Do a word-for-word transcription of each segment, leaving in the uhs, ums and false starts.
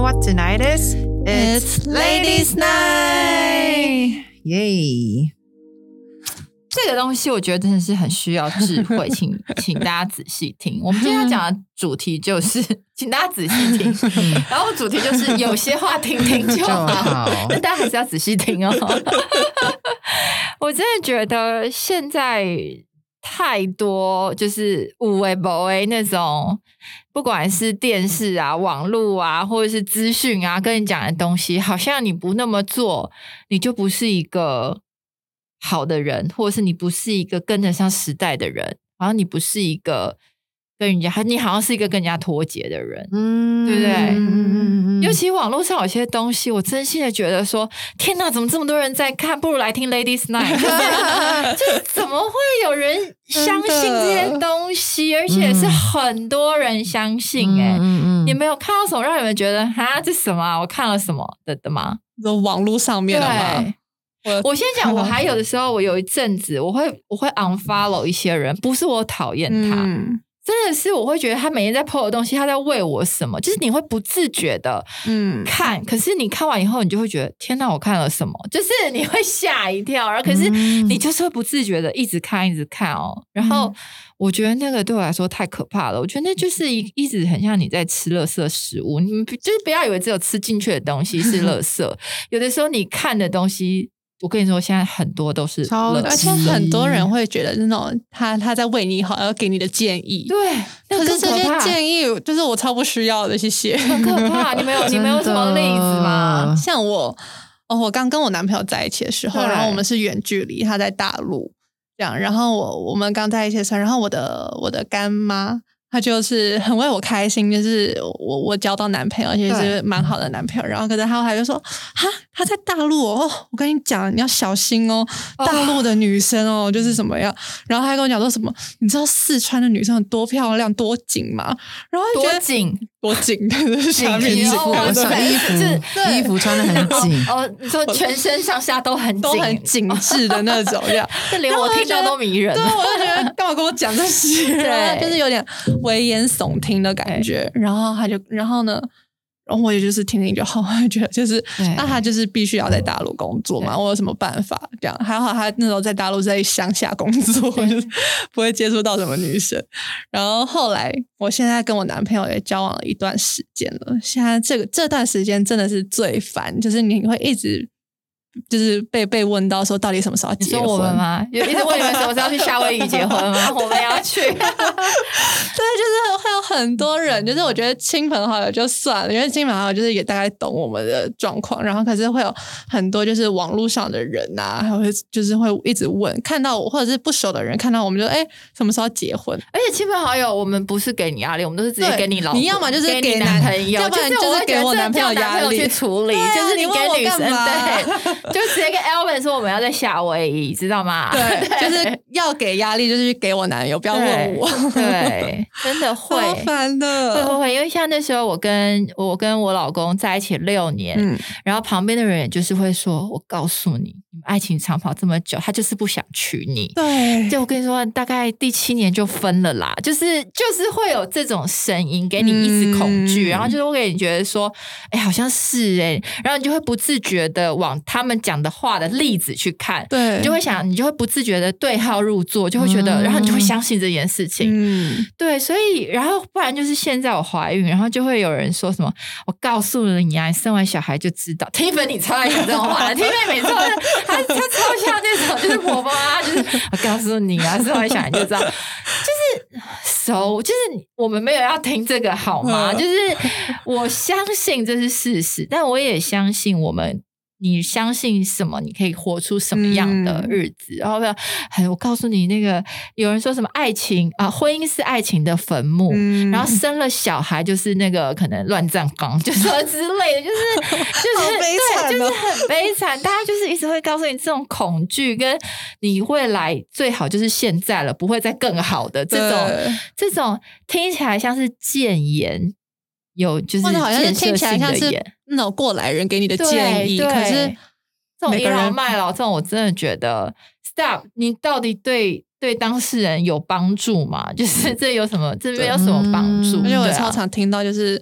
what tonight is? It's Ladies Night! Yay! 这个东西我觉得真的是很需要智慧，请请大家仔细听。我们今天要讲的主题就是，请大家仔细听。然后主题就是有些话听听就好，但大家还是要仔细听哦。我真的觉得现在太多就是有的没的那种，不管是电视啊、网络啊，或者是资讯啊，跟你讲的东西，好像你不那么做，你就不是一个好的人，或者是你不是一个跟得上时代的人，好像你不是一个跟人家，你好像是一个跟人家脱节的人，嗯，对不对？嗯，尤其网络上有些东西，我真心的觉得说，天哪，怎么这么多人在看？不如来听 Ladies Night， 就是就是怎么会有人相信这些东西，而且是很多人相信、欸？哎、嗯，你没有看到什么让你们觉得哈这什么、啊？我看了什么的的吗？ 网络上面的吗？ 我先讲，我还有的时候，我有一阵子，我会我会 unfollow 一些人，不是我讨厌他、嗯，真的是我会觉得他每天在 po 的东西，他在为我什么？就是你会不自觉的嗯看，可是你看完以后，你就会觉得天哪，我看了什么？就是你会吓一跳，然后可是你就是会不自觉的一直看，一直看哦。然后我觉得那个对我来说太可怕了，我觉得那就是一一直很像你在吃垃圾食物，你们就是不要以为只有吃进去的东西是垃圾，有的时候你看的东西。我跟你说，现在很多都是垃圾， 而且很多人会觉得那种他他在为你好，要给你的建议。 对， 可是这些建议就是我超不需要的，谢谢。 很可怕，你们有你们有什么例子吗？ 像我哦，我刚跟我男朋友在一起的时候，然后我们是远距离，他在大陆这样，然后我我们刚在一起的时候，然后我的我的干妈。他就是很为我开心，就是我我交到男朋友，而且是蛮好的男朋友。然后可是他还就说，哈，他在大陆哦，我跟你讲，你要小心哦，大陆的女生哦，就是什么样。然后他还跟我讲说什么，你知道四川的女生有多漂亮、多紧吗？然后就觉得多紧。 多紧，就是下面衣服，衣服，衣服穿得很紧。 哦，你说全身上下都很紧， 都很紧致的那种，这样， 这连我听到都迷人。 对，我就觉得干嘛跟我讲这些？对，就是有点危言耸听的感觉。然后他就，然后呢？然后我也就是听听就好，我就觉得就是那他就是必须要在大陆工作嘛，我有什么办法？这样还好，他那时候在大陆在乡下工作，就是不会接触到什么女生。然后后来，我现在跟我男朋友也交往了一段时间了，现在这个这段时间真的是最烦，就是你会一直。就是被被问到说到底什么时候结婚？ 你说我们吗？有一直问你们什么时候去夏威夷结婚吗？我们要去。对，就是会有很多人，就是我觉得亲朋好友就算了，因为亲朋好友就是也大概懂我们的状况，然后可是会有很多就是网络上的人啊，还会就是会一直问，看到我或者是不熟的人看到我们就哎、欸、什么时候结婚？ 而且亲朋好友我们不是给你压力，我们都是直接给你老公， 你要么就是给你男朋友， 要不然就是给我男朋友压力去处理， 啊、 就是你给女生对。 就直接跟 Elvin 说我们要在夏威夷，知道吗？ 对，就是要给压力，就是给我男友，不要问我。 对，真的会， 好烦的， 会会会。因为像那时候我跟我跟我老公在一起六年，嗯，然后旁边的人也就是会说，我告诉你，你们爱情长跑这么久，他就是不想娶你。 对， 就我跟你说，大概第七年就分了啦。就是就是会有这种声音给你一直恐惧，嗯、然后就是会给你觉得说，哎，好像是哎、欸，然后你就会不自觉的往他们讲的话的例子去看， 对， 你就会想，你就会不自觉的对号入座，就会觉得，嗯、然后你就会相信这件事情，嗯，对，所以然后不然就是现在我怀孕，然后就会有人说什么，我告诉了你啊，你生完小孩就知道。Tiffany 你超爱讲这种话，Tiffany 每次他他超像那种就是婆婆啊，就是我告诉你啊，生完小孩就知道，就是熟，就是我们没有要听这个好吗？就是我相信这是事实，但我也相信我们。你相信什么，你可以活出什么样的日子。嗯、然后我告诉你，那个有人说什么爱情啊，婚姻是爱情的坟墓，嗯、然后生了小孩就是那个可能乱葬岗，就是之类的，就是就是好悲惨、哦， 对，就是很悲惨。大家就是一直会告诉你这种恐惧，跟你未来最好就是现在了，不会再更好的这种这种听起来像是谏言。有就是或者好像是听起来像是那种过来人给你的建议，可是这种倚老卖老，这种我真的觉得 stop， 你到底对对当事人有帮助吗？就是这有什么这边有什么帮助？ 而且我超常听到就是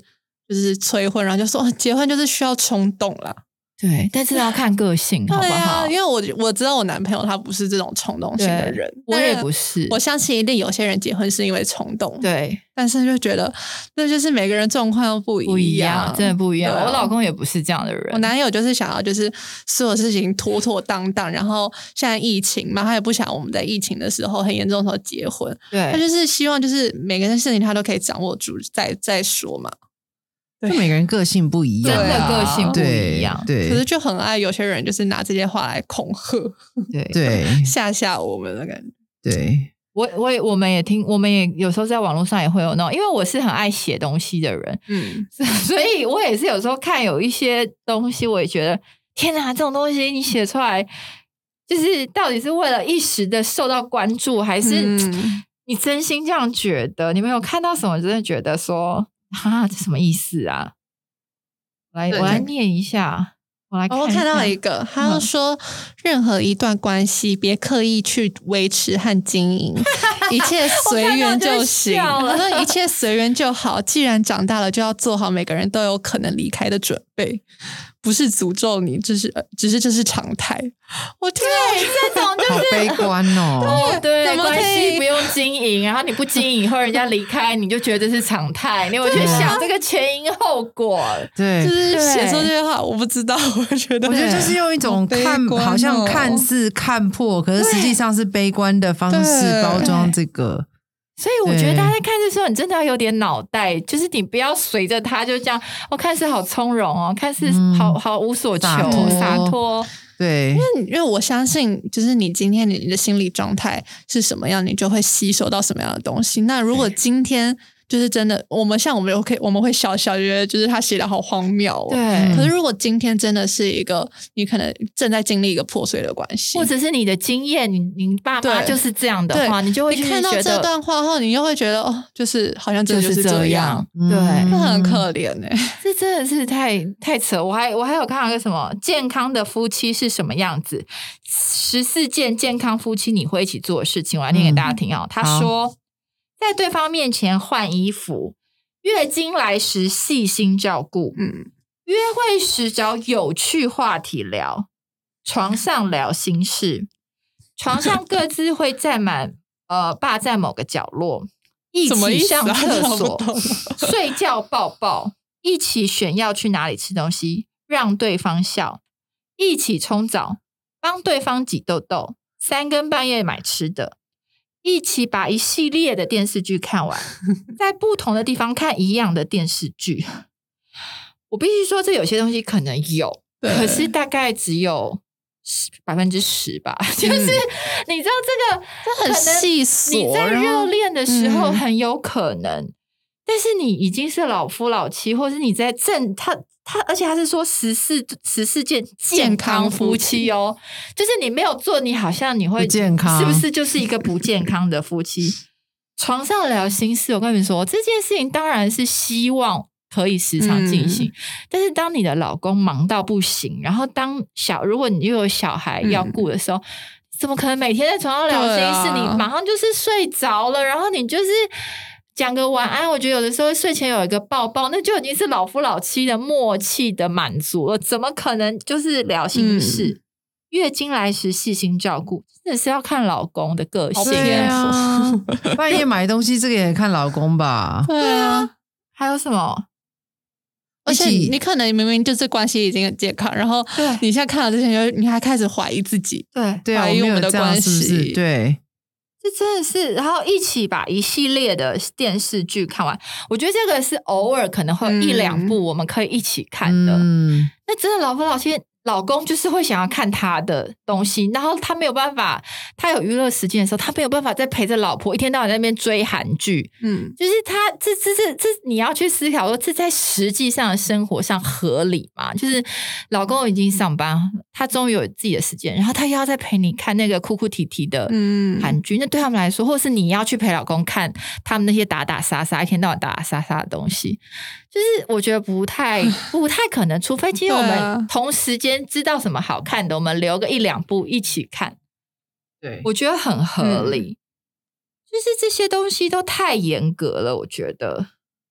就是催婚，然后就说、哦、结婚就是需要冲动啦。 对，但是要看个性好不好、 啊、因为我我知道我男朋友他不是这种冲动型的人， 我也不是， 我相信一定有些人结婚是因为冲动， 对， 但是就觉得那就是每个人状况不一样， 不一样，真的不一样、 啊、 我老公也不是这样的人， 我男友就是想要就是所有事情妥妥当当，然后现在疫情嘛，他也不想我们在疫情的时候很严重的时候结婚， 对， 他就是希望就是每个人事情他都可以掌握住再再说嘛。 就每个人个性不一样、啊， 真的个性不一样， 对， 可是就很爱有些人就是拿这些话来恐吓， 对对， 吓吓我们的感觉。 对， 我我也我们也听，我们也有时候在网络上也会有那种，因为我是很爱写东西的人， 嗯， 所以我也是有时候看有一些东西，我也觉得天哪，这种东西你写出来，就是到底是为了一时的受到关注，还是你真心这样觉得？你们有看到什么真的觉得说？哈，这什么意思啊？我来，我来念一下。我来看一下， 我看到了一个，他就说，任何一段关系，别刻意去维持和经营，一切随缘就行。他说一切随缘就好，既然长大了，就要做好每个人都有可能离开的准备。不是诅咒你，这是只是这是常态。我天啊， 这种就是好悲观哦。 对，对，关系不用经营，然后你不经营以后，人家离开，你就觉得这是常态。你有去想这个前因后果？ 对， 就是写出这些话，我不知道。我觉得， 我觉得就是用一种看， 好, 好像看似看破，可是实际上是悲观的方式包装这个。 所以我觉得大家在看的时候，你真的要有点脑袋，就是你不要随着他就这样，我、哦、看似好从容哦，看似好、嗯、好无所求，洒脱。 对， 因为因为我相信，就是你今天你的心理状态是什么样，你就会吸收到什么样的东西。那如果今天就是真的，我们像我们 OK， 我们会笑笑，觉得就是他写的好荒谬哦。 对。 可是如果今天真的是一个你可能正在经历一个破碎的关系， 或者是你的经验，你你爸妈就是这样的话，你就会你看到这段话后，你又会觉得哦，就是好像真的就是这样， 就是、这样对， 这很可怜哎、欸， 这真的是太太扯。我还我还有看到一个什么健康的夫妻是什么样子，十四件健康夫妻你会一起做的事情，我来念给大家听哦。嗯、他说。在对方面前换衣服，月经来时细心照顾，嗯，约会时找有趣话题聊，床上聊心事，床上各自会占满呃霸占某个角落，一起上厕所，啊、睡觉抱抱，一起选要去哪里吃东西，让对方笑，一起冲澡，帮对方挤痘痘，三更半夜买吃的。一起把一系列的电视剧看完，在不同的地方看一样的电视剧。我必须说，这有些东西可能有，可是大概只有百分之十吧。就是、嗯、你知道这个， 这很细琐。 你在热恋的时候很有可能，嗯、但是你已经是老夫老妻，或是你在正他。他而且他是说十四十四件健康夫妻哦，就是你没有做，你好像你会不健康， 是不是就是一个不健康的夫妻？床上聊心事，我跟你说，这件事情当然是希望可以时常进行，嗯、但是当你的老公忙到不行，然后当小如果你又有小孩要顾的时候，嗯、怎么可能每天在床上聊心事？啊、你马上就是睡着了，然后你就是。讲个晚安，我觉得有的时候睡前有一个抱抱，那就已经是老夫老妻的默契的满足了。怎么可能就是聊心事？嗯、月经来时细心照顾，真的是要看老公的个性。 对啊，半夜买东西这个也看老公吧。 对啊， 还有什么？ 而且你可能明明就是关系已经很健康，然后你现在看到这些，你还开始怀疑自己， 对， 对怀疑我们的关系， 是是对。 这真的是，然后一起把一系列的电视剧看完。我觉得这个是偶尔可能会有一两部我们可以一起看的。嗯、那真的老夫老妻，老公就是会想要看他的东西，然后他没有办法，他有娱乐时间的时候，他没有办法再陪着老婆一天到晚在那边追韩剧。嗯，就是他这这这这，你要去思考说，这在实际上的生活上合理吗？就是老公已经上班，他终于有自己的时间，然后他又要再陪你看那个哭哭啼啼的韩剧，嗯、那对他们来说，或是你要去陪老公看他们那些打打杀杀，一天到晚打打杀杀的东西，就是我觉得不太不太可能，除非今天我们同时间知道什么好看的，我们留个一两部一起看， 对， 我觉得很合理。嗯、就是这些东西都太严格了，我觉得。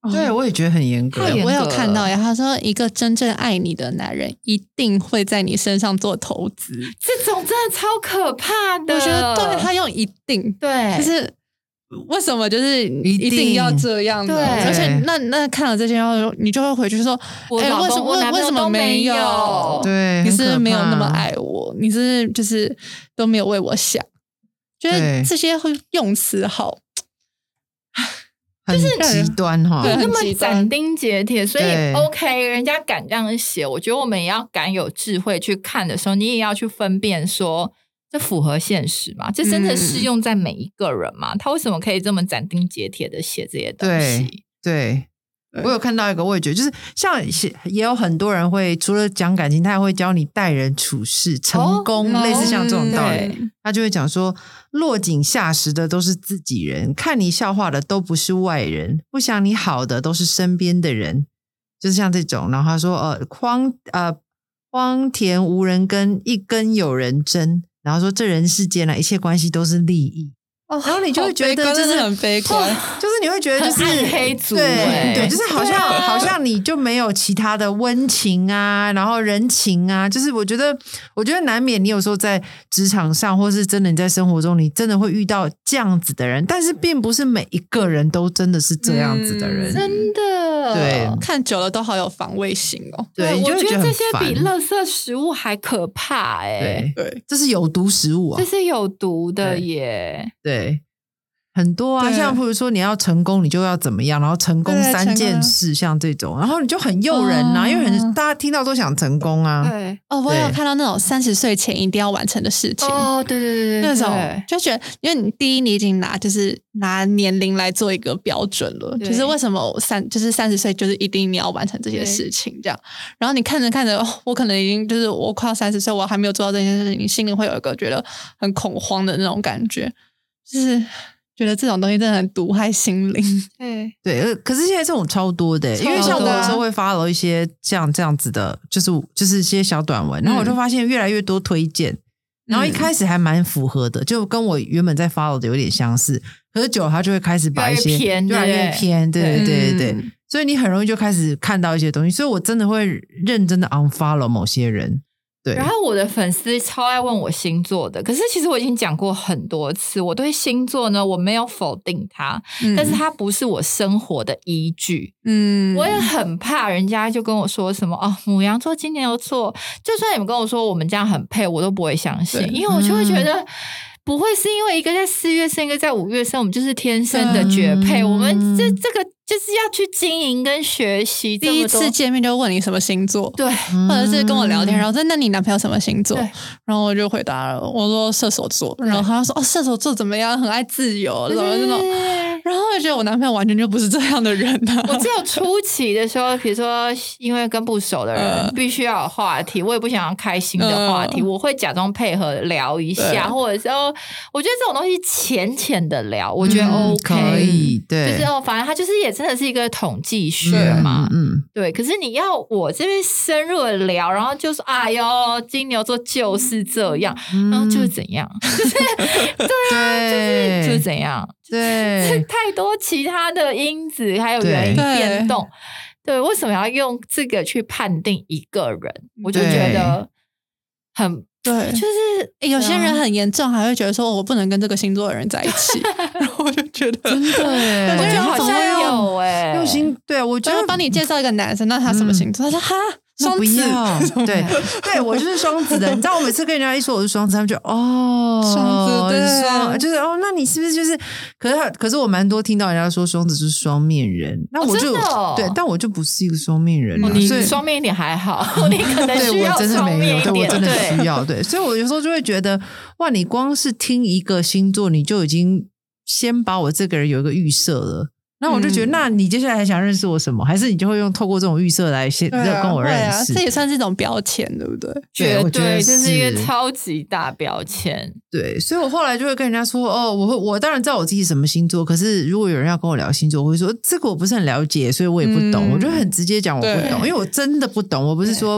对，我也觉得很严格。 太严格了我有看到呀，他说一个真正爱你的男人一定会在你身上做投资， 这种真的超可怕的。 我觉得对他用一定， 对， 就是为什么就是一定一定要这样的？ 对而且那那看了这些，然后你就会回去说，哎、 我老公为什么我男朋友为什么都没有？ 有对， 你是不是很可没有那么怕爱我？你是不是就是都没有为我想？觉得对这些会用词好。 很极端哈， 对那么很极端斩钉截铁，所以对 OK， 人家敢这样写，我觉得我们也要敢有智慧去看的时候，你也要去分辨说，这符合现实吗？这真的适用在每一个人吗？他为什么可以这么斩钉截铁的写这些东西？ 对。我有看到一个，我也觉得就是像也有很多人会除了讲感情，他还会教你待人处事、成功， 哦、 类似像这种道理。 嗯、 他就会讲说，落井下石的都是自己人，看你笑话的都不是外人，不想你好的都是身边的人，就是像这种。然后他说，呃，荒呃荒田无人耕，一耕有人争。然后说，这人世间呢，一切关系都是利益。然后你就会觉得就是很悲观， 就是你会觉得就是暗黑组， 对对，就是好像、啊、好像你就没有其他的温情啊，然后人情啊，就是我觉得我觉得难免你有时候在职场上，或是真的你在生活中，你真的会遇到这样子的人，但是并不是每一个人都真的是这样子的人， 嗯、真的对， 看久了都好有防卫心哦。 对， 我觉得这些比垃圾食物还可怕哎、 欸， 对对， 这是有毒食物啊， 这是有毒的耶， 对。对很多啊，像比如说你要成功，你就要怎么样，然后成功三件事，像这种，然后你就很诱人呐、啊，因为很大家听到都想成功啊。 对哦，我有看到那种三十岁前一定要完成的事情。 哦，对对对对， 那种就觉得，因为你第一你已经拿就是拿年龄来做一个标准了，就是为什么我三就是三十岁就是一定你要完成这些事情这样。然后你看着看着、哦，我可能已经就是我快要三十岁，我还没有做到这件事情，你心里会有一个觉得很恐慌的那种感觉，就是。觉得这种东西真的很毒害心灵。 对对，可是现在这种超多的，因为像我有时候会发了一些像这样子的，就是就是一些小短文，然后我就发现越来越多推荐，嗯、然后一开始还蛮符合的，就跟我原本在 follow 的有点相似，可是久了他就会开始把一些越来越偏，对对对对对，嗯、所以你很容易就开始看到一些东西，所以我真的会认真的 unfollow 某些人。对， 然后我的粉丝超爱问我星座的，可是其实我已经讲过很多次，我对星座呢，我没有否定它，嗯、但是它不是我生活的依据。嗯，我也很怕人家就跟我说什么哦，牡羊座、金牛座，就算你们跟我说我们这样很配，我都不会相信，因为我就会觉得。嗯不会是因为一个在四月生，一个在五月生，我们就是天生的绝配。嗯、我们这这个就是要去经营跟学习。 第一次见面就问你什么星座， 对， 或者是跟我聊天，然后说那你男朋友什么星座？然后我就回答了，我说射手座。然后他说哦，射手座怎么样？很爱自由，什么这种。然后我就觉得我男朋友完全就不是这样的人啊。 我只有初期的时候，比如说因为跟不熟的人、呃、必须要有话题，我也不想要开新的话题，呃、我会假装配合聊一下，或者说我觉得这种东西浅浅的聊，我觉得 OK，、 嗯、可以，对， 就是哦，反正它就是也真的是一个统计学嘛，嗯，嗯对。可是你要我这边深入的聊，然后就说哎呦，金牛座就是这样，嗯、然后就是怎样，就是对啊，就是就是怎样。 对， 太多其他的因子还有原因变动， 对, 对，为什么要用这个去判定一个人？我就觉得很对， 就是、 欸、有些人很严重，还会觉得说我不能跟这个星座的人在一起，然后我就觉得真的耶， 我觉得好像有哎， 用心对我觉得帮你介绍一个男生，那他什么星座？嗯、他说哈。双不要，对对，我就是双子的。你知道，我每次跟人家一说我是双子，他们就哦， 双子对， 双就是哦，那你是不是就是？可是可是我蛮多听到人家说双子是双面人，那我就、 哦哦、 对，但我就不是一个双面人、啊哦，你双面一点还好，你可能需要双面一点， 对我真的没有，对我真的需要，对，所以我有时候就会觉得，哇，你光是听一个星座，你就已经先把我这个人有一个预设了。那我就觉得，那你接下来还想认识我什么？还是你就会用透过这种预设来先跟我认识？ 啊、这也算是一种标签，对不对？ 绝对，这是一个超级大标签。 对，所以我后来就会跟人家说，哦，我会，我当然知道我自己什么星座，可是如果有人要跟我聊星座，我会说这个我不是很了解，所以我也不懂。嗯、我就很直接讲我不懂，因为我真的不懂。我不是说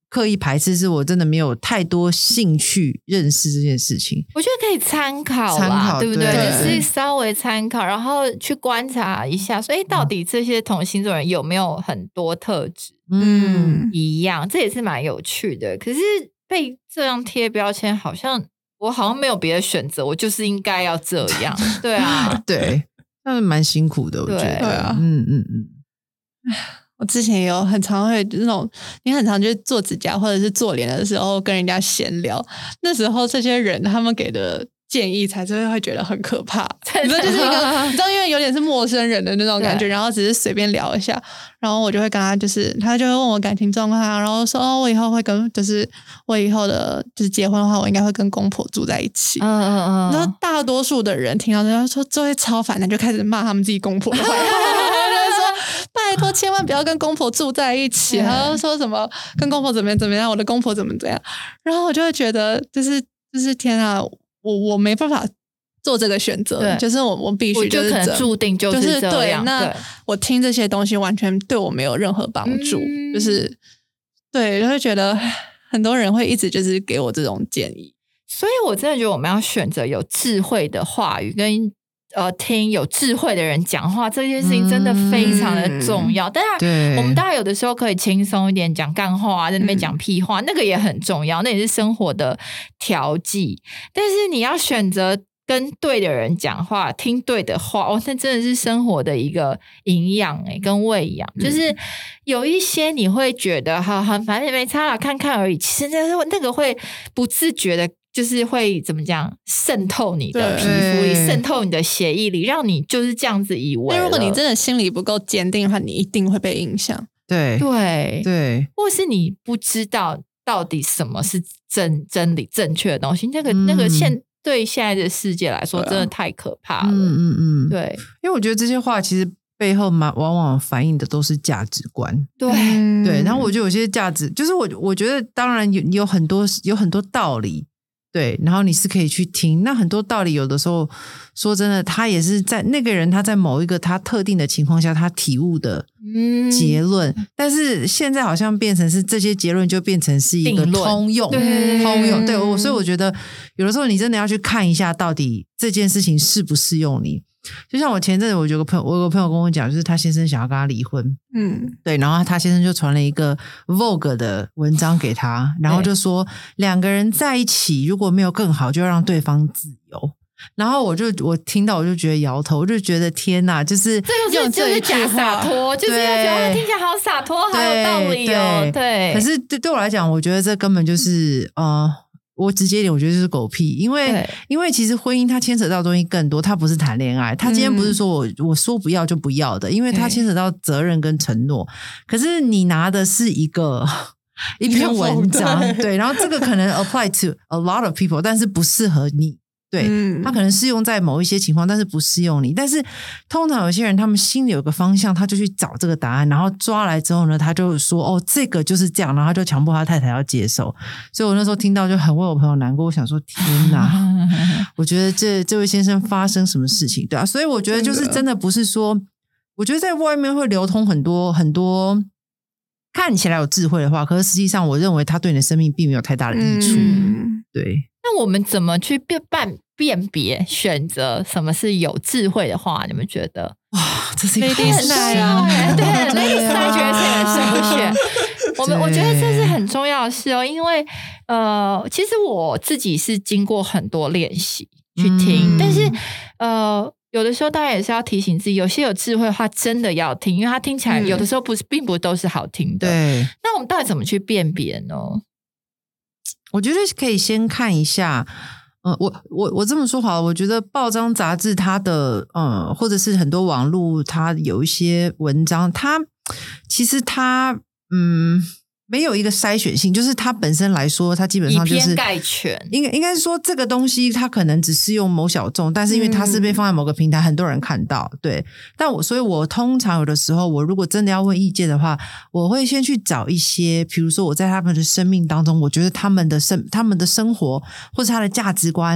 刻意排斥，是我真的没有太多兴趣认识这件事情。 我觉得可以参考啦， 参考对不对？ 对就是稍微参考，然后去观察一下，所以到底这些同星座人有没有很多特质嗯一样，这也是蛮有趣的。可是被这样贴标签，好像我好像没有别的选择，我就是应该要这样。对啊， 对，那是蛮辛苦的，我觉得。 对啊嗯嗯嗯。 我之前也有很常会那种，你很常就是做指甲或者是做脸的时候跟人家闲聊，那时候这些人他们给的建议才是会觉得很可怕。你知道，就是一个你知道，因为有点是陌生人的那种感觉，然后只是随便聊一下，然后我就会跟他就是他就会问我感情状况，然后说哦，我以后会跟就是我以后的就是结婚的话，我应该会跟公婆住在一起。 嗯嗯嗯， 然后大多数的人听到这样说，就会超反弹，就开始骂他们自己公婆的坏话。拜托，千万不要跟公婆住在一起。然后说什么跟公婆怎么样怎么样，我的公婆怎么怎样。然后我就会觉得，就是就是天啊，我我没办法做这个选择，就是我我必须就是我就可能注定就是这样。 就是、对，那我听这些东西完全对我没有任何帮助，嗯、就是对，就会觉得很多人会一直就是给我这种建议。 所以我真的觉得我们要选择有智慧的话语跟。呃，听有智慧的人讲话这件事情真的非常的重要。当然，我们当然有的时候可以轻松一点讲干话啊，在那边讲屁话，嗯、那个也很重要，那也是生活的调剂。但是你要选择跟对的人讲话，听对的话，哦，那真的是生活的一个营养诶，跟喂养。嗯、就是有一些你会觉得哈，哈，反正没差啦，看看而已。其实那那个会不自觉的。就是会怎么讲渗透你的皮肤里，渗透你的血液里，让你就是这样子以为。 那如果你真的心里不够坚定的话，你一定会被影响。 对对对， 或是你不知道到底什么是真真理正确的东西，那个、嗯、那个现对现在的世界来说，真的太可怕了。 嗯嗯嗯， 对， 因为我觉得这些话其实背后蛮往往反映的都是价值观。 对、 嗯、 对，然后我觉得有些价值，就是我我觉得当然有有很多有很多道理。对，然后你是可以去听，那很多道理有的时候说真的，他也是在那个人他在某一个他特定的情况下他体悟的结论、嗯、但是现在好像变成是这些结论就变成是一个通用通用。对，我所以我觉得有的时候你真的要去看一下到底这件事情适不适用你。就像我前阵子我有个朋友我有个朋友跟我讲，就是他先生想要跟他离婚，嗯，对，然后他先生就传了一个 Vogue 的文章给他，然后就说两个人在一起如果没有更好就要让对方自由。然后我就我听到我就觉得摇头，我就觉得天哪，就是这个就是假洒脱，就是觉得听起来好洒脱，好有道理哦。对， 可是对对我来讲，我觉得这根本就是呃。我直接一点，我觉得就是狗屁，因为因为其实婚姻它牵扯到的东西更多，它不是谈恋爱，它今天不是说我、嗯、我说不要就不要的，因为它牵扯到责任跟承诺。可是你拿的是一个一篇文章，对，然后这个可能 apply to a lot of people， 但是不适合你。对、嗯、他可能适用在某一些情况，但是不适用你。但是通常有些人他们心里有个方向，他就去找这个答案，然后抓来之后呢，他就说哦这个就是这样，然后他就强迫他太太要接受。所以我那时候听到就很为我朋友难过，我想说天哪我觉得这这位先生发生什么事情，对啊。所以我觉得就是真的不是说，我觉得在外面会流通很多很多看起来有智慧的话，可是实际上我认为他对你的生命并没有太大的益处、嗯、对。 那我们怎么去辨辨别选择什么是有智慧的话？你们觉得？ 哇，这是一个很难啊！对 ，Lady Style 觉得这个是不选。我们我觉得这是很重要的事哦，因为呃，其实我自己是经过很多练习去听，嗯、但是呃，有的时候当然也是要提醒自己，有些有智慧的话真的要听，因为它听起来有的时候不是，并不都是好听的。 对， 那我们到底怎么去辨别呢？ 我觉得可以先看一下，呃，我我我这么说好了，我觉得报章杂志它的，呃，或者是很多网络它有一些文章，它其实它，嗯。没有一个筛选性，就是它本身来说，它基本上就是以偏概全。 应该应该是说，这个东西它可能只适用某小众，但是因为它是被放在某个平台，嗯、很多人看到，对。但我所以，我通常有的时候，我如果真的要问意见的话，我会先去找一些，比如说我在他们的生命当中，我觉得他们的生他们的生活或者他的价值观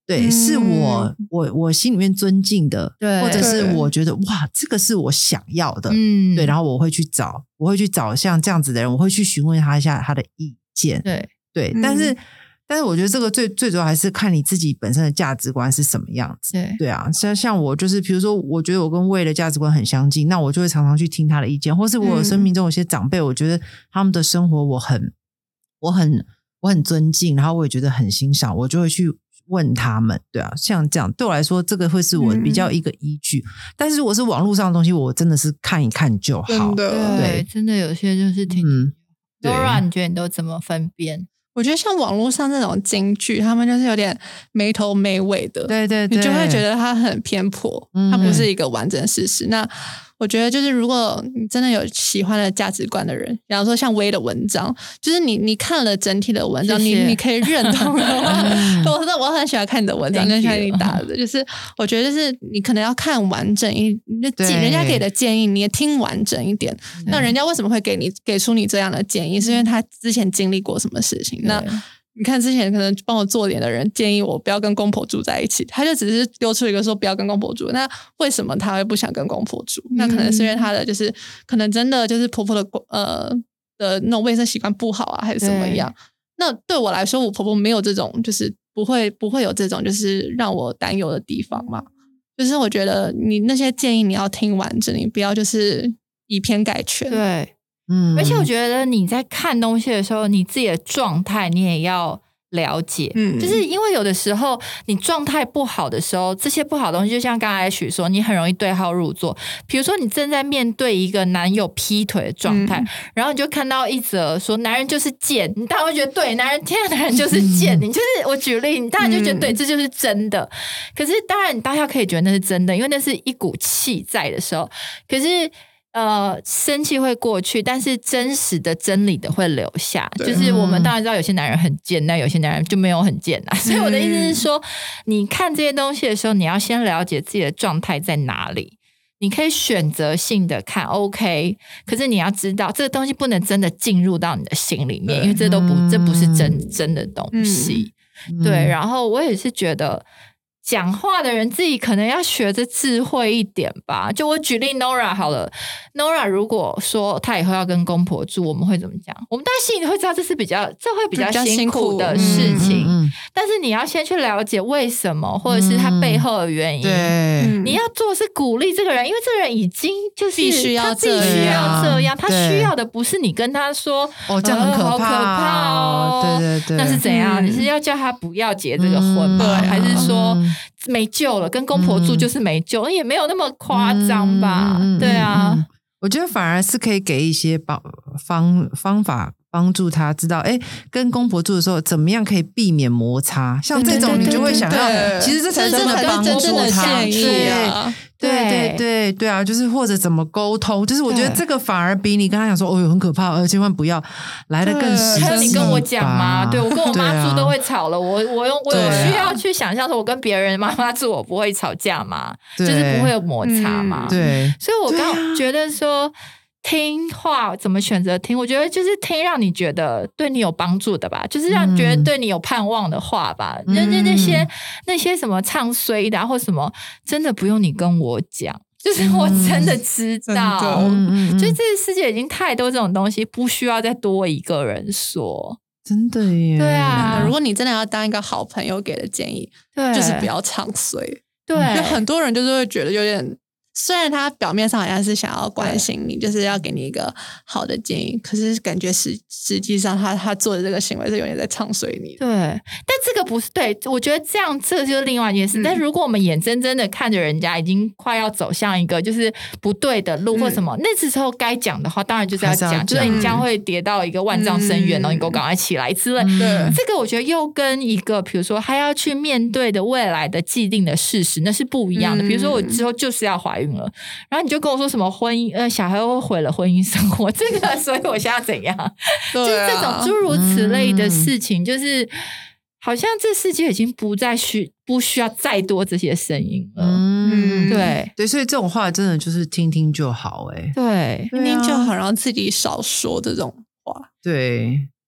对， 嗯是我我我心里面尊敬的， 对或者是对我觉得哇，这个是我想要的， 嗯， 对，然后我会去找，我会去找像这样子的人，我会去询问他一下他的意见， 对对， 嗯但是但是我觉得这个最最主要还是看你自己本身的价值观是什么样子， 对对啊，像像我就是比如说，我觉得我跟魏的价值观很相近，那我就会常常去听他的意见，或是我有生命中有些长辈，我觉得他们的生活我很我很我很尊敬，然后我也觉得很欣赏，我就会去问他们，对啊，像这样对我来说，这个会是我比较一个依据。嗯、但是如果是网络上的东西，我真的是看一看就好。 真的， 对，真的有些就是挺。 嗯 Dora， 你觉得你都怎么分辨？ 我觉得像网络上这种金句，他们就是有点没头没尾的， 对对对， 你就会觉得它很偏颇， 嗯、 它不是一个完整事实。那我觉得就是如果你真的有喜欢的价值观的人，比方说像薇的文章，就是你你看了整体的文章， 谢谢你你可以认同的话， 嗯、 我真的我很喜欢看你的文章，跟喜欢你打的，就是我觉得就是你可能要看完整一，人家给的建议你也听完整一点。那人家为什么会给你给出你这样的建议？是因为他之前经历过什么事情？那你看之前可能帮我做脸的人建议我不要跟公婆住在一起，他就只是丢出一个说不要跟公婆住，那为什么他会不想跟公婆住？那可能是因为他的就是可能真的就是婆婆的呃的那种卫生习惯不好啊，还是怎么样？那对我来说，我婆婆没有这种就是不会不会有这种就是让我担忧的地方嘛。就是我觉得你那些建议你要听完整，你不要就是以偏概全。 对。 嗯， 而且我觉得你在看东西的时候，你自己的状态你也要了解，嗯，就是因为有的时候你状态不好的时候，这些不好的东西，就像刚才许说，你很容易对号入座。比如说你正在面对一个男友劈腿的状态，嗯、然后你就看到一则说男人就是贱，你当然会觉得对，男人天啊，男人就是贱，你就是我举例，你当然就觉得对，这就是真的。可是当然你当下可以觉得那是真的，因为那是一股气在的时候，可是。呃，生气会过去，但是真实的真理的会留下。就是我们当然知道有些男人很贱，但有些男人就没有很贱啊。所以我的意思是说，你看这些东西的时候，你要先了解自己的状态在哪里。你可以选择性的看 OK， 可是你要知道这个东西不能真的进入到你的心里面，因为这都不这不是真真的东西。嗯、对，然后我也是觉得。讲话的人自己可能要学着智慧一点吧。就我举例 Nora 好了 ，Nora 如果说她以后要跟公婆住，我们会怎么讲？我们大家心里会知道这是比较，这会比较辛苦的事情。嗯嗯、但是你要先去了解为什么，或者是他背后的原因。对、嗯，你要做的是鼓励这个人，因为这个人已经就是必须要这样，必须要这样，他需要的不是你跟他说哦，这样很可怕、哦， 好可怕哦， 对对对， 那是怎样？嗯、你是要叫他不要结这个婚吗？嗯、还是说？嗯没救了，跟公婆住就是没救，嗯、也没有那么夸张吧？嗯、对啊、嗯嗯， 我觉得反而是可以给一些帮方方法帮助他知道，哎，跟公婆住的时候怎么样可以避免摩擦？像这种你就会想到，其实这才是真的帮助他。 对啊。 对对对对啊，就是或者怎么沟通，就是我觉得这个反而比你刚才讲说哦哟很可怕，呃千万不要来得更实际。 还有你跟我讲吗？对我跟我妈住都会吵了，我我用我有需要去想象说，我跟别人妈妈住我不会吵架吗？就是不会有摩擦嘛。 对， 所以我刚觉得说。听话怎么选择听？我觉得就是听让你觉得对你有帮助的吧，就是让你觉得对你有盼望的话吧。那那、嗯、那些那些什么唱衰的、啊、或什么，真的不用你跟我讲，就是我真的知道。嗯、就这个世界已经太多这种东西，不需要再多一个人说。 真的耶， 对啊。 如果你真的要当一个好朋友给的建议，对，就是不要唱衰。 对， 就很多人就是会觉得有点。虽然他表面上好像是想要关心你，就是要给你一个好的建议，可是感觉实实际上他他做的这个行为是有点在唱衰你。 对，但这个不是对，我觉得这样这就是另外一件事。嗯、但如果我们眼睁睁的看着人家已经快要走向一个就是不对的路或什么，嗯、那时候该讲的话，当然就是要讲，要就是你将会跌到一个万丈深渊，嗯、然后你给我赶快起来之类。嗯、这个我觉得又跟一个比如说他要去面对的未来的既定的事实那是不一样的。嗯、比如说我之后就是要怀孕了，然后你就跟我说什么婚姻呃小孩会毁了婚姻生活，这个所以我现在怎样？对啊、就是这种诸如此类的事情，嗯、就是好像这世界已经不再需不需要再多这些声音了。嗯，对对，所以这种话真的就是听听就好、欸，哎， 对， 听听就好，然后自己少说这种话。 对。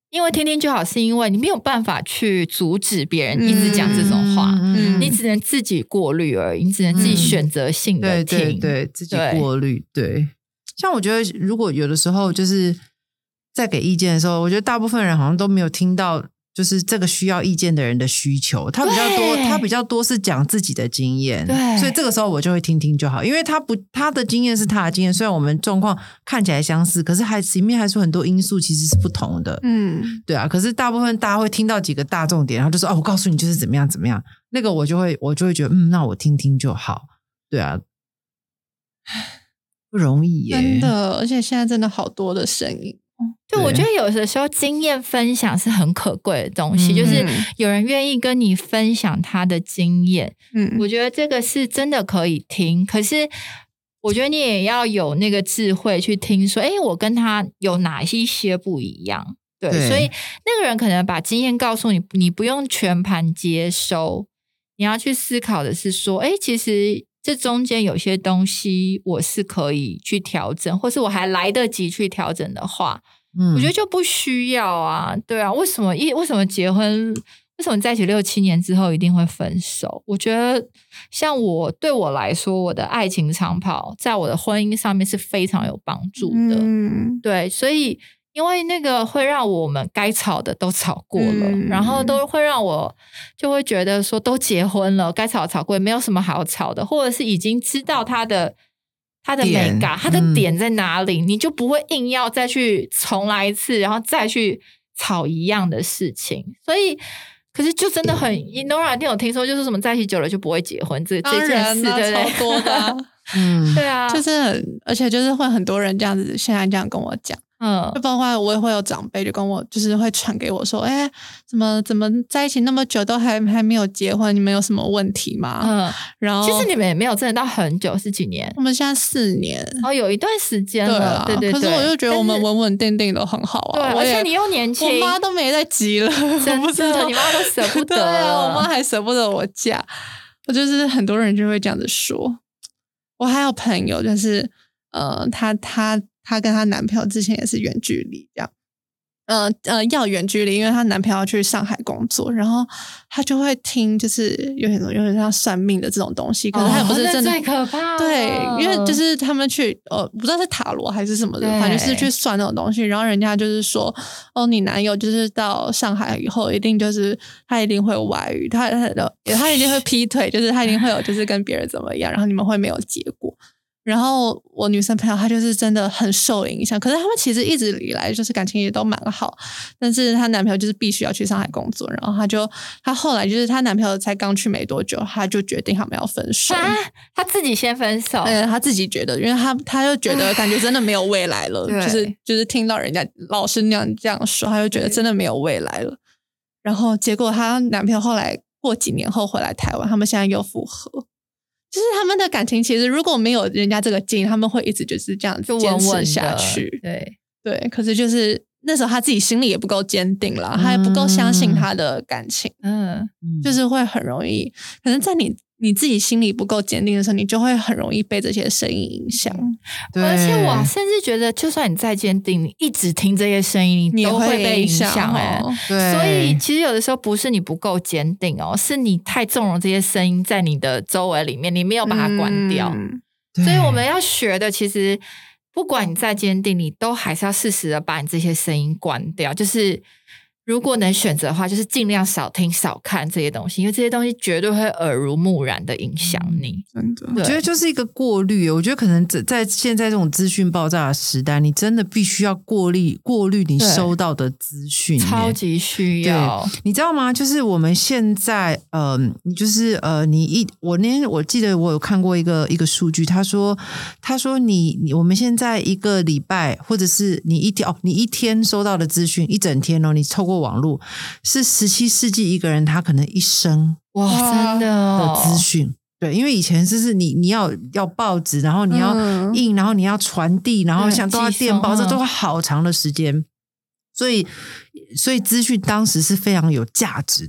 因为听听就好，是因为你没有办法去阻止别人一直讲这种话，嗯、你只能自己过滤而已，你只能自己选择性的听， 嗯、对对对，自己过滤。对，像我觉得，如果有的时候就是在给意见的时候，我觉得大部分人好像都没有听到。就是这个需要意见的人的需求，他比较多，他比较多是讲自己的经验， 对， 所以这个时候我就会听听就好，因为他不，他的经验是他的经验，虽然我们状况看起来相似，可是还里面还是很多因素其实是不同的，嗯，对啊，可是大部分大家会听到几个大重点，然后就说哦，我告诉你就是怎么样怎么样，那个我就会我就会觉得嗯，那我听听就好，对啊，不容易耶， 真的，而且现在真的好多的声音。 对，我觉得有的时候经验分享是很可贵的东西，嗯、就是有人愿意跟你分享他的经验，嗯，我觉得这个是真的可以听。可是我觉得你也要有那个智慧去听说，哎，我跟他有哪一些不一样？对，对，所以那个人可能把经验告诉你，你不用全盘接收，你要去思考的是说，哎，其实这中间有些东西我是可以去调整，或是我还来得及去调整的话。嗯，我觉得就不需要啊，对啊，为什么一为什么结婚，为什么在一起六七年之后一定会分手？我觉得像我对我来说，我的爱情长跑在我的婚姻上面是非常有帮助的，嗯，对，所以因为那个会让我们该吵的都吵过了，嗯、然后都会让我就会觉得说都结婚了，该吵吵过，也没有什么好吵的，或者是已经知道他的。他的美感，他的点在哪里、嗯、你就不会硬要再去重来一次，然后再去吵一样的事情。所以可是就真的很 Nora 一定有听说就是什么在一起久了就不会结婚这这件事，对不对？ 超多的、啊、 嗯，对啊， 就是很而且就是会很多人这样子现在这样跟我讲，嗯，就包括我也会有长辈就跟我就是会传给我说，哎，怎么怎么在一起那么久都还还没有结婚，你们有什么问题吗？嗯，然后其实你们也没有真的到很久，是几年？ 我们现在四年， 哦，有一段时间了，对啊，对对对。 可是我就觉得我们稳稳定定的很好啊， 对，而且你又年轻， 我妈都没在急了， 真的，你妈都舍不得，对啊，我妈还舍不得我嫁，我就是很多人就会这样子说。我还有朋友就是，呃，她她。她跟她男朋友之前也是远距离这样，呃呃，要远距离，因为她男朋友要去上海工作，然后她就会听，就是有点有点像算命的这种东西，可是她也不是真的， 最可怕。 对，因为就是他们去，呃，不知道是塔罗还是什么的，反正就是去算那种东西，然后人家就是说，哦，你男友就是到上海以后，一定就是他一定会有外遇，他他他一定会劈腿，就是他一定会有就是跟别人怎么样，然后你们会没有结果。然后我女生朋友她就是真的很受影响，可是他们其实一直以来就是感情也都蛮好，但是她男朋友就是必须要去上海工作，然后她就她后来就是她男朋友才刚去没多久，她就决定他们要分手， 啊，她自己先分手， 嗯，她自己觉得，因为她她就觉得感觉真的没有未来了，就是就是听到人家老师那样这样说，她就觉得真的没有未来了。然后结果她男朋友后来过几年后回来台湾，他们现在又复合。就是他们的感情其实如果没有人家这个劲，他们会一直就是这样子坚持下去。 对对，可是就是那时候他自己心里也不够坚定啦，嗯、他也不够相信他的感情，嗯，就是会很容易，可能在你你自己心里不够坚定的时候，你就会很容易被这些声音影响。 对，而且我甚至觉得，就算你再坚定，你一直听这些声音，你都会被影响哎、欸。 对， 所以其实有的时候不是你不够坚定哦，是你太纵容这些声音在你的周围里面，你没有把它关掉。嗯、所以我们要学的，其实不管你再坚定，你都还是要适时的把你这些声音关掉，就是。如果能选择的话，就是尽量少听少看这些东西，因为这些东西绝对会耳濡目染的影响你。 真的， 我觉得就是一个过滤。我觉得可能在现在这种资讯爆炸的时代，你真的必须要过滤过滤你收到的资讯， 超级需要。 你知道吗？就是我们现在，呃，你就是呃，你一我那天我记得我有看过一个一个数据，他说他说你你我们现在一个礼拜或者是你一天哦，你一天收到的资讯一整天哦，你透过网络是十七世纪一个人他可能一生哇真的的资讯，对，因为以前就是你你要要报纸，然后你要印，嗯、然后你要传递，然后像都要电报，这都要好长的时间，所以所以资讯当时是非常有价值的。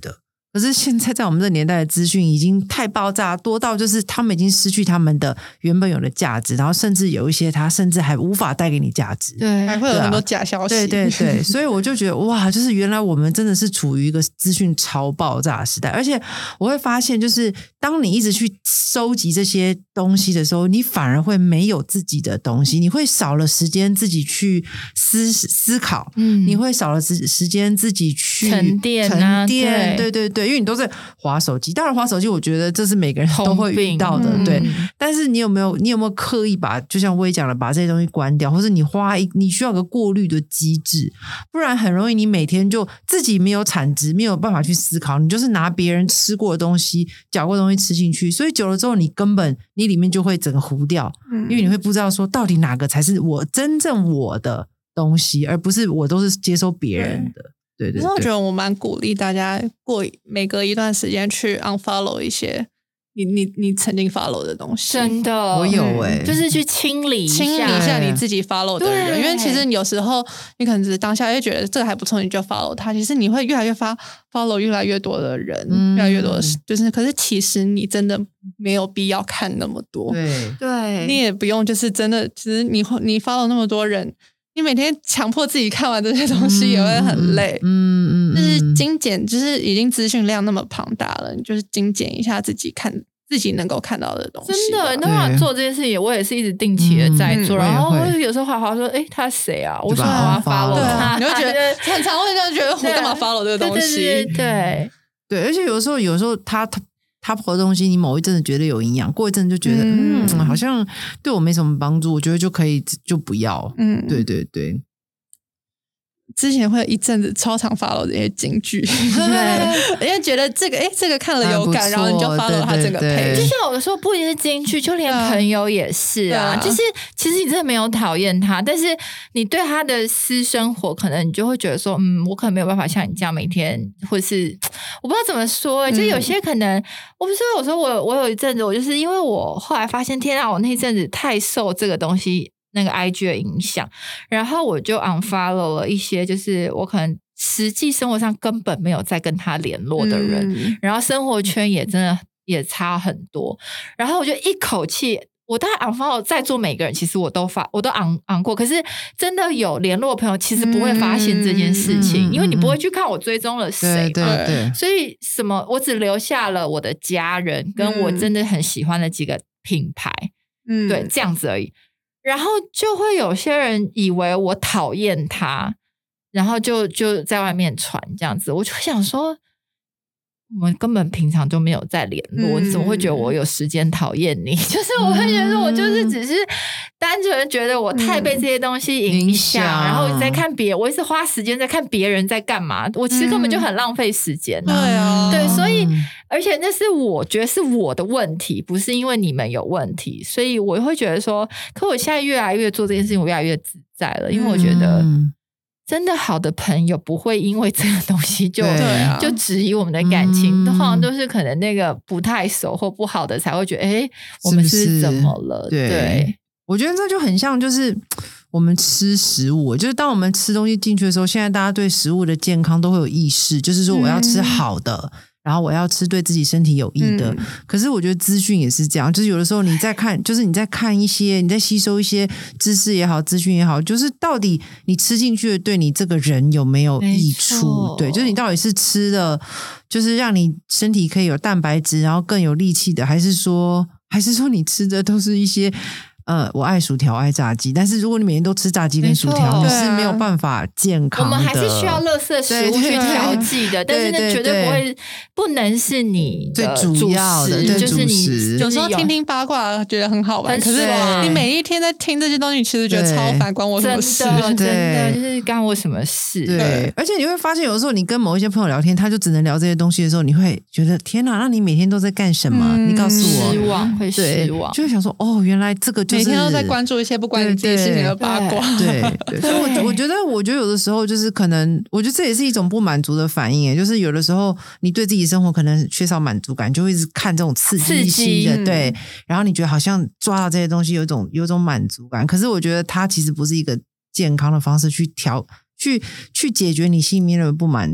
可是现在在我们这个年代的资讯已经太爆炸，多到就是他们已经失去他们的原本有的价值，然后甚至有一些他甚至还无法带给你价值， 对，还会有很多假消息。 对对对，所以我就觉得哇，就是原来我们真的是处于一个资讯超爆炸的时代，而且我会发现，就是当你一直去收集这些东西的时候，你反而会没有自己的东西，你会少了时间自己去思思考，嗯，你会少了时时间自己去沉淀、啊， 沉淀，对对对。对，因为你都是滑手机，当然滑手机我觉得这是每个人都会遇到的，对、嗯、但是你有没有你有没有刻意把就像薇讲的把这些东西关掉，或者你花一你需要个过滤的机制，不然很容易你每天就自己没有产值，没有办法去思考，你就是拿别人吃过的东西嚼过的东西吃进去，所以久了之后你根本你里面就会整个糊掉、嗯、因为你会不知道说到底哪个才是我真正我的东西，而不是我都是接收别人的、嗯对对对， 我觉得我蛮鼓励大家过每隔一段时间去 unfollow 一些你你你曾经 follow 的东西， 真的， 我有哎、欸嗯， 就是去清理一下清理一下你自己 follow 的人，因为其实有时候你可能只是当下就觉得这个还不错，你就 follow 他，其实你会越来越发 follow 越来越多的人，嗯、越来越多的，就是可是其实你真的没有必要看那么多， 对对， 你也不用就是真的，其实你你 follow 那么多人。你每天强迫自己看完这些东西也会很累，嗯嗯，就是精简，就是已经资讯量那么庞大了，你就是精简一下自己看自己能够看到的东西。 真的，那我做这件事情，我也是一直定期的在做，嗯、然后我有时候滑滑说，哎，他谁啊？我说我要 follow 他， 你会觉得很常会这样觉得，我干嘛 follow 这个东西？ 对对对 对, 对, 对，而且有时候有时候他他。他播的东西，你某一阵子觉得有营养，过一阵就觉得 嗯, 嗯，好像对我没什么帮助，我觉得就可以就不要。嗯，对对对。 之前会有一阵子超常 follow 这些金句，对，因为觉得这个哎，这个看了有感，然后你就 follow 他这个配。 就像有的时候不一定是金句，就连朋友也是啊。就是其实你真的没有讨厌他，但是你对他的私生活，可能你就会觉得说，嗯，我可能没有办法像你这样每天，或是我不知道怎么说、欸，就有些可能，嗯、我不是有时候我我有一阵子，我就是因为我后来发现，天啊，我那阵子太受这个东西。那个 I G 的影响，然后我就 unfollow 了一些，就是我可能实际生活上根本没有在跟他联络的人，嗯、然后生活圈也真的也差很多，然后我就一口气，我大概 unfollow 在座每个人，其实我都发，我都 un un 过，可是真的有联络的朋友，其实不会发现这件事情，嗯、因为你不会去看我追踪了谁嘛， 对对对， 所以什么，我只留下了我的家人，跟我真的很喜欢的几个品牌，嗯，对，这样子而已。然后就会有些人以为我讨厌他，然后就就在外面传这样子，我就想说，我们根本平常就没有在联络，嗯、你怎么会觉得我有时间讨厌你？就是我会觉得我就是只是单纯觉得我太被这些东西影响，嗯、然后在看别，我一直花时间在看别人在干嘛，我其实根本就很浪费时间、啊。对啊，对，所以而且那是我觉得是我的问题，不是因为你们有问题，所以我会觉得说，可我现在越来越做这件事情，我越来越自在了，因为我觉得。嗯真的好的朋友不会因为这个东西就、啊、就质疑我们的感情，通常、嗯、都是可能那个不太熟或不好的才会觉得，哎，我们是不是怎么了？ 对，对我觉得这就很像，就是我们吃食物，就是当我们吃东西进去的时候，现在大家对食物的健康都会有意识，就是说我要吃好的。嗯然后我要吃对自己身体有益的、嗯、可是我觉得资讯也是这样，就是有的时候你在看就是你在看一些你在吸收一些知识也好资讯也好，就是到底你吃进去的对你这个人有没有益处，对，就是你到底是吃的就是让你身体可以有蛋白质然后更有力气的，还是说还是说你吃的都是一些呃，我爱薯条爱炸鸡，但是如果你每天都吃炸鸡跟薯条，你是没有办法健康的。 我们还是需要垃圾食物去调剂的，但是那绝对不会不能是你最主要的， 就是你有时候听听八卦觉得很好玩，可是你每一天在听这些东西，其实觉得超烦，关我什么事？ 真的，真的就是干我什么事？ 对，而且你会发现，有的时候你跟某一些朋友聊天，他就只能聊这些东西的时候，你会觉得天哪，那你每天都在干什么？你告诉我， 失望会失望， 就会想说哦，原来这个就是。 每天都在关注一些不关你自己事情的八卦， 对 对, 对，所以我我觉得，我觉得有的时候就是可能，我觉得这也是一种不满足的反应，就是有的时候你对自己生活可能缺少满足感，就会一直看这种刺激性的，对，然后你觉得好像抓到这些东西有一种有一种满足感，可是我觉得它其实不是一个健康的方式去调去去解决你心里面的不满足。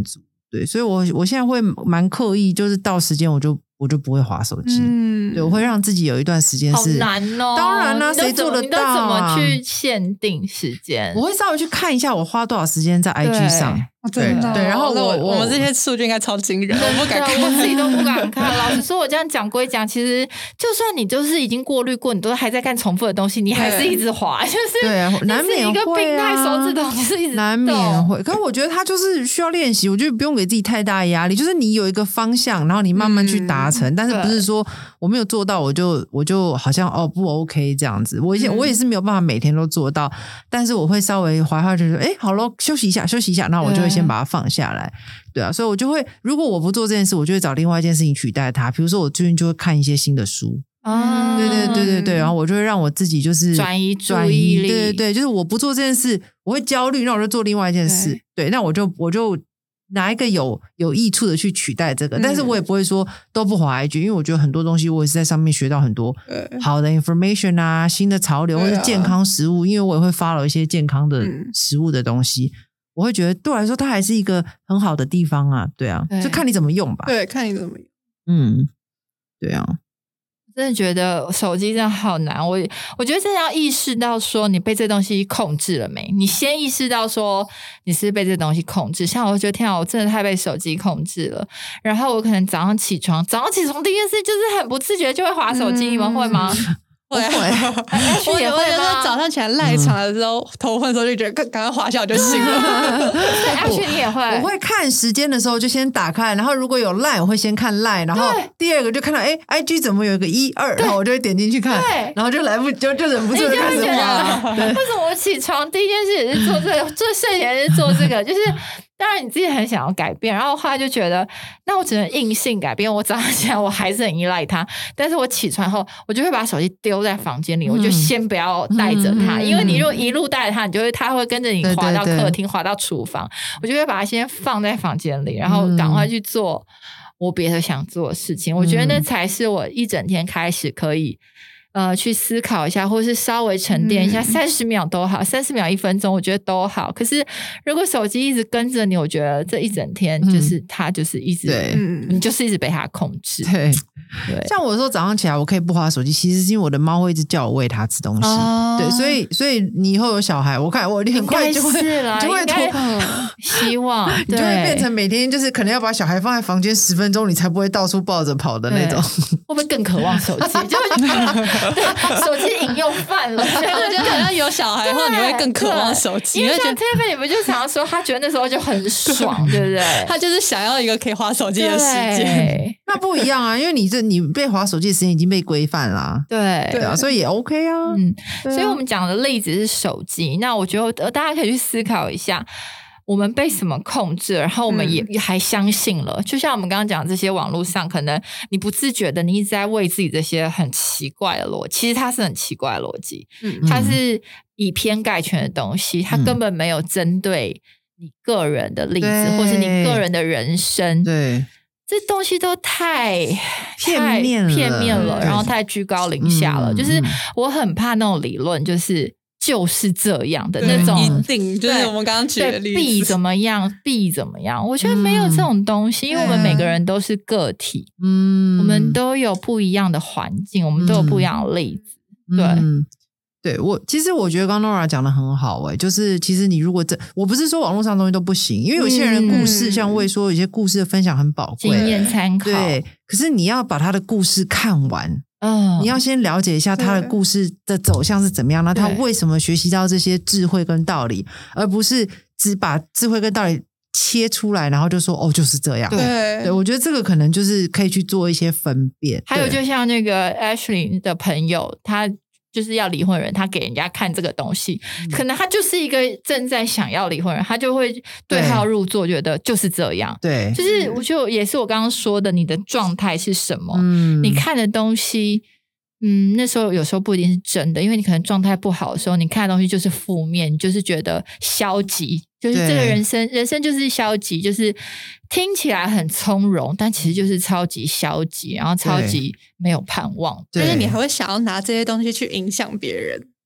对，所以我我现在会蛮刻意，就是到时间我就我就不会滑手机，嗯，对，我会让自己有一段时间是好难哦， 当然啦、啊，谁做得到、啊？ 你都怎么去限定时间？ 我会稍微去看一下我花多少时间在 I G 上。 对对，然后我我们这些数据应该超惊人，我不敢看， 我自己都不敢看。老实说，我这样讲归讲，其实就算你就是已经过滤过，你都还在干重复的东西，你还是一直滑，就是对啊，难免会、啊、 一个病态手指头，就是一直难免会。可是我觉得它就是需要练习，我觉得不用给自己太大压力，就是你有一个方向，然后你慢慢去达成，嗯、但是不是说我没有做到，我就我就好像哦不 OK 这样子。我也、嗯、我也是没有办法每天都做到，但是我会稍微滑滑就说，哎，好咯，休息一下，休息一下，然后我就会先把它放下来。对啊，所以我就会，如果我不做这件事，我就会找另外一件事情取代它。比如说，我最近就会看一些新的书，啊，对对对对对，然后我就会让我自己就是转移注意力， 对对对，就是我不做这件事，我会焦虑，那我就做另外一件事，对，那我就我就拿一个有有益处的去取代这个，嗯、但是我也不会说都不滑 I G， 因为我觉得很多东西我也是在上面学到很多好的 information 啊，新的潮流或是健康食物，因为我也会 follow 一些健康的食物的东西。嗯，我会觉得对我来说它还是一个很好的地方啊，对啊，就看你怎么用吧。 对，看你怎么用。 嗯，对啊， 真的觉得手机真的好难。我我觉得真的要意识到说你被这东西控制了没？你先意识到说你是被这东西控制。像我觉得天啊，我真的太被手机控制了。然后我可能早上起床，早上起床第一件事就是很不自觉就会滑手机，嗯、你们会吗？ 会，我也会。就是早上起来赖床的时候，嗯、头昏的时候就觉得赶赶快滑下我就醒了。 阿旭你也会？ 我会看时间的时候就先打开，然后如果有赖我会先看赖，然后第二个就看到哎 ，I G 怎么有一个一二，然后我就会点进去看，然后就来不就就忍不住就开始滑。 为什么我起床第一件事也是做这个，做睡前也是做这个，就是。当然你自己很想要改变，然后后来就觉得那我只能硬性改变，我早上起来我还是很依赖它，但是我起床后我就会把手机丢在房间里，嗯、我就先不要带着它，嗯、因为你如果一路带着它，你就会它会跟着你滑到客厅，滑到厨房，我就会把它先放在房间里，然后赶快去做我别的想做的事情，嗯、我觉得那才是我一整天开始可以呃，去思考一下，或是稍微沉淀一下，三十、嗯、秒都好，三十秒一分钟，我觉得都好。可是如果手机一直跟着你，我觉得这一整天就是它、嗯、就是一直， 对， 你就是一直被它控制。 对对，像我说早上起来我可以不滑手机，其实是因为我的猫会一直叫我喂它吃东西。哦、对，所以所以你以后有小孩，我看我很快就会就会脱， 希望你就会变成每天就是可能要把小孩放在房间十分钟，你才不会到处抱着跑的那种。 会不会更渴望手机？就手机引诱犯了， 我觉得好像有小孩后你会更渴望手机， 因为像 Tiffany 你不就想要说他觉得那时候就很爽，对不对？ 他就是想要一个可以滑手机的时间。 那不一样啊，因为你这你被滑手机的时间已经被规范啦， 对对啊，所以也 OK 啊。 嗯，啊、所以我们讲的例子是手机，那我觉得大家可以去思考一下。我们被什么控制，然后我们也还相信了、嗯、就像我们刚刚讲这些网络上可能你不自觉的你一直在为自己这些很奇怪的逻辑，其实它是很奇怪的逻辑、嗯、它是以偏概全的东西，它根本没有针对你个人的例子、嗯、或是你个人的人生， 对， 这东西都太片面了片面了，然后太居高临下了、嗯、就是我很怕那种理论，就是就是这样的那种， 一定就是我们刚刚举的例子， 必怎么样，必怎么样？我觉得没有这种东西，嗯、因为我们每个人都是个体，嗯，我们都有不一样的环境，我们都有不一样的例子，嗯、对。 嗯对我，其实我觉得刚刚 Nora 讲的很好诶、欸，就是其实你如果这，我不是说网络上的东西都不行，因为有些人的故事，嗯、像魏说，有些故事的分享很宝贵， 经验参考。 对，可是你要把他的故事看完，嗯，你要先了解一下他的故事的走向是怎么样，那他为什么学习到这些智慧跟道理，而不是只把智慧跟道理切出来，然后就说哦就是这样。 对， 对，我觉得这个可能就是可以去做一些分辨。 还有就像那个 Ashley 的朋友，他就是要离婚人，他给人家看这个东西、嗯、可能他就是一个正在想要离婚人，他就会对号入座，觉得就是这样。 对， 就是我就也是我刚刚说的，你的状态是什么、嗯、你看的东西嗯，那时候有时候不一定是真的，因为你可能状态不好的时候，你看的东西就是负面，你就是觉得消极，就是这个人生人生就是消极，就是听起来很从容，但其实就是超级消极，然后超级没有盼望， 就是你还会想要拿这些东西去影响别人。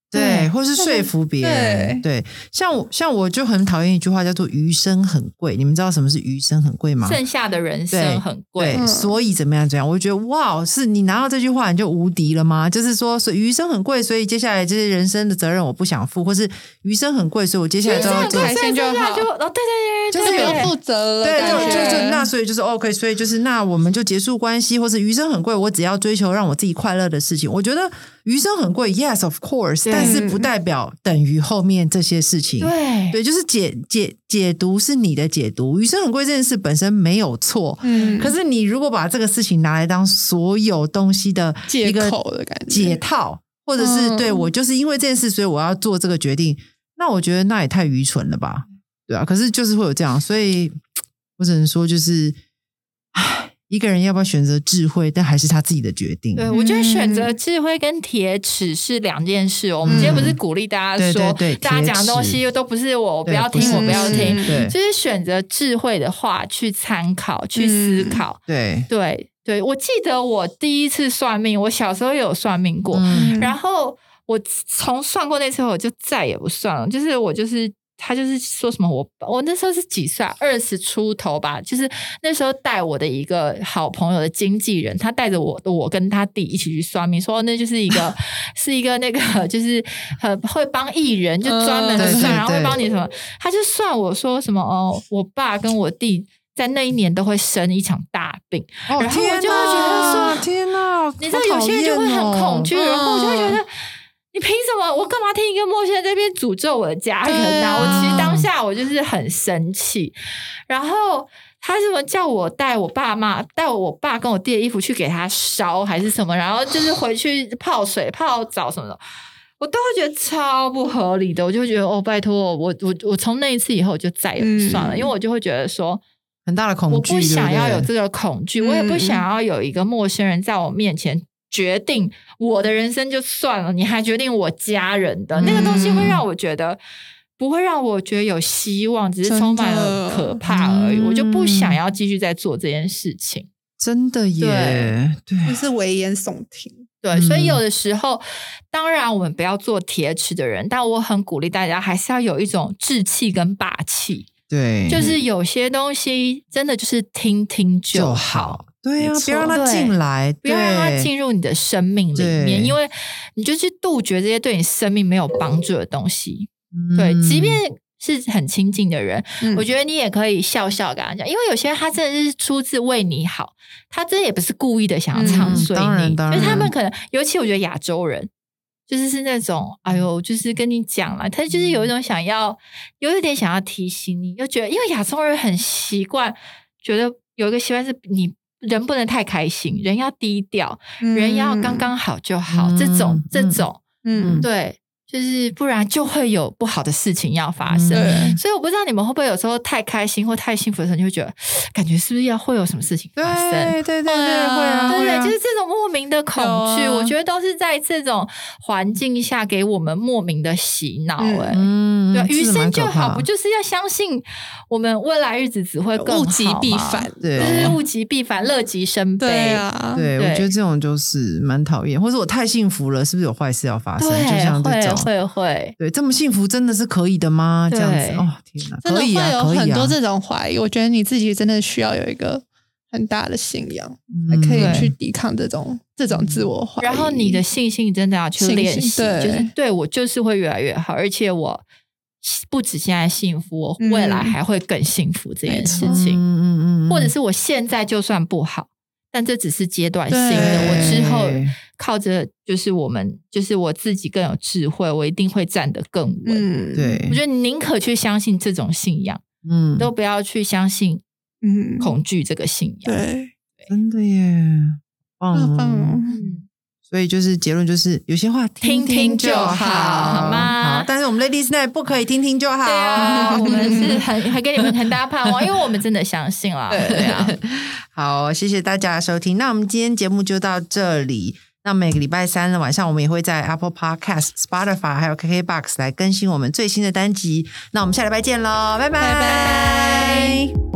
对，或是说服别人。对，像我像我就很讨厌一句话叫做余生很贵，你们知道什么是余生很贵吗？ 剩下的人生很贵。 对，所以怎么样怎么样，我就觉得哇，是你拿到这句话你就无敌了吗？就是说所以余生很贵，所以接下来这些人生的责任我不想负，或是余生很贵，所以我接下来就要开心就好。 就哦，对对对， 就是不用负责了。 对，就就就那所以就是 OK， 所以就是那我们就结束关系，或是余生很贵，我只要追求让我自己快乐的事情。我觉得余生很贵 ，Yes of course， 但是不代表等于后面这些事情。 对对，就是解解解读是你的解读，余生很贵这件事本身没有错，嗯，可是你如果把这个事情拿来当所有东西的一个借口的感觉解套，或者是、嗯、对我就是因为这件事，所以我要做这个决定，那我觉得那也太愚蠢了吧，对啊，可是就是会有这样，所以我只能说就是，唉。一个人要不要选择智慧，但还是他自己的决定。 对，我觉得选择智慧跟铁齿是两件事。嗯、我们今天不是鼓励大家说， 对对对大家讲的东西都不是我，我不要听，我不要听。 对， 就是选择智慧的话，去参考，去思考。 嗯、对对对，我记得我第一次算命，我小时候有算命过，嗯、然后我从算过那次后，我就再也不算了。就是我就是。他就是说什么我我那时候是几岁啊？二十出头吧。就是那时候带我的一个好朋友的经纪人，他带着我我跟他弟一起去算命，说那就是一个是一个那个就是很会帮艺人，就专门的算，嗯、然后会帮你什么。他就算我说什么哦，我爸跟我弟在那一年都会生一场大病， 哦、 然后我就会觉得说天哪， 你知道有些人就会很恐惧，然后我就会觉得。你凭什么？我干嘛听一个陌生人在那边诅咒我的家人啊？我其实当下我就是很生气，然后他什么叫我带我爸妈带我爸跟我弟的衣服去给他烧还是什么，然后就是回去泡水泡澡什么的，我都会觉得超不合理的。我就会觉得哦，拜托我我我从那一次以后就再也不算了，嗯、因为我就会觉得说很大的恐惧， 我不想要有这个恐惧，我也不想要有一个陌生人在我面前。决定我的人生就算了，你还决定我家人的、嗯、那个东西会让我觉得不会让我觉得有希望，只是充满了可怕而已、嗯、我就不想要继续再做这件事情。 真的耶，对， 就是危言耸听。 对、嗯、所以有的时候当然我们不要做铁齿的人，但我很鼓励大家还是要有一种志气跟霸气。 对， 就是有些东西真的就是听听就好, 就好对啊，不要让他进来， 不要让他进入你的生命里面，因为你就去杜绝这些对你生命没有帮助的东西。嗯、对，即便是很亲近的人、嗯，我觉得你也可以笑笑跟他讲，因为有些人他真的是出自为你好，他真的也不是故意的想要唱衰你，因为他们可能，尤其我觉得亚洲人。就是是那种，哎呦，就是跟你讲啦，他就是有一种想要，有一点想要提醒你，又觉得，因为亚洲人很习惯，觉得有一个习惯是你人不能太开心，人要低调，嗯、人要刚刚好就好，嗯、这种这种，嗯，对。就是不然就会有不好的事情要发生、嗯、所以我不知道你们会不会有时候太开心或太幸福的时候，你会觉得感觉是不是要会有什么事情发生， 对对对对，会啊， 对对，就是这种莫名的恐惧、啊、我觉得都是在这种环境下给我们莫名的洗脑、欸、嗯，对，余生就好，不就是要相信我们未来日子只会更好吗？ 物极必反， 对， 就是物极必反，乐极生悲。 对啊， 对，我觉得这种就是蛮讨厌，或者我太幸福了，是不是有坏事要发生？就像这种会会， 对，这么幸福真的是可以的吗？这样子哦，天哪， 真的会有很多这种怀疑、 啊。 我觉得你自己真的需要有一个很大的信仰，才、嗯、可以去抵抗这种这种自我怀疑。 然后你的信心真的要去练习，就是对我就是会越来越好，而且我不止现在幸福，我未来还会更幸福这件事情。嗯嗯嗯，或者是我现在就算不好。但这只是阶段性的，我之后靠着就是我们就是我自己更有智慧，我一定会站得更稳。 嗯，对， 我觉得你宁可去相信这种信仰，嗯，都不要去相信嗯恐惧这个信仰。 对， 对真的耶， 棒棒。 嗯， 所以就是结论就是有些话听听就好， 好吗？ 好，但是我们 Ladies Night 不可以听听就好。对啊，我们是很还给你们很大盼望，因为我们真的相信啦。对, 对啊， 好，谢谢大家的收听。那我们今天节目就到这里。那每个礼拜三的晚上，我们也会在 Apple Podcast、Spotify 还有 K K B O X 来更新我们最新的单集。那我们下礼拜见咯，拜拜。 拜拜。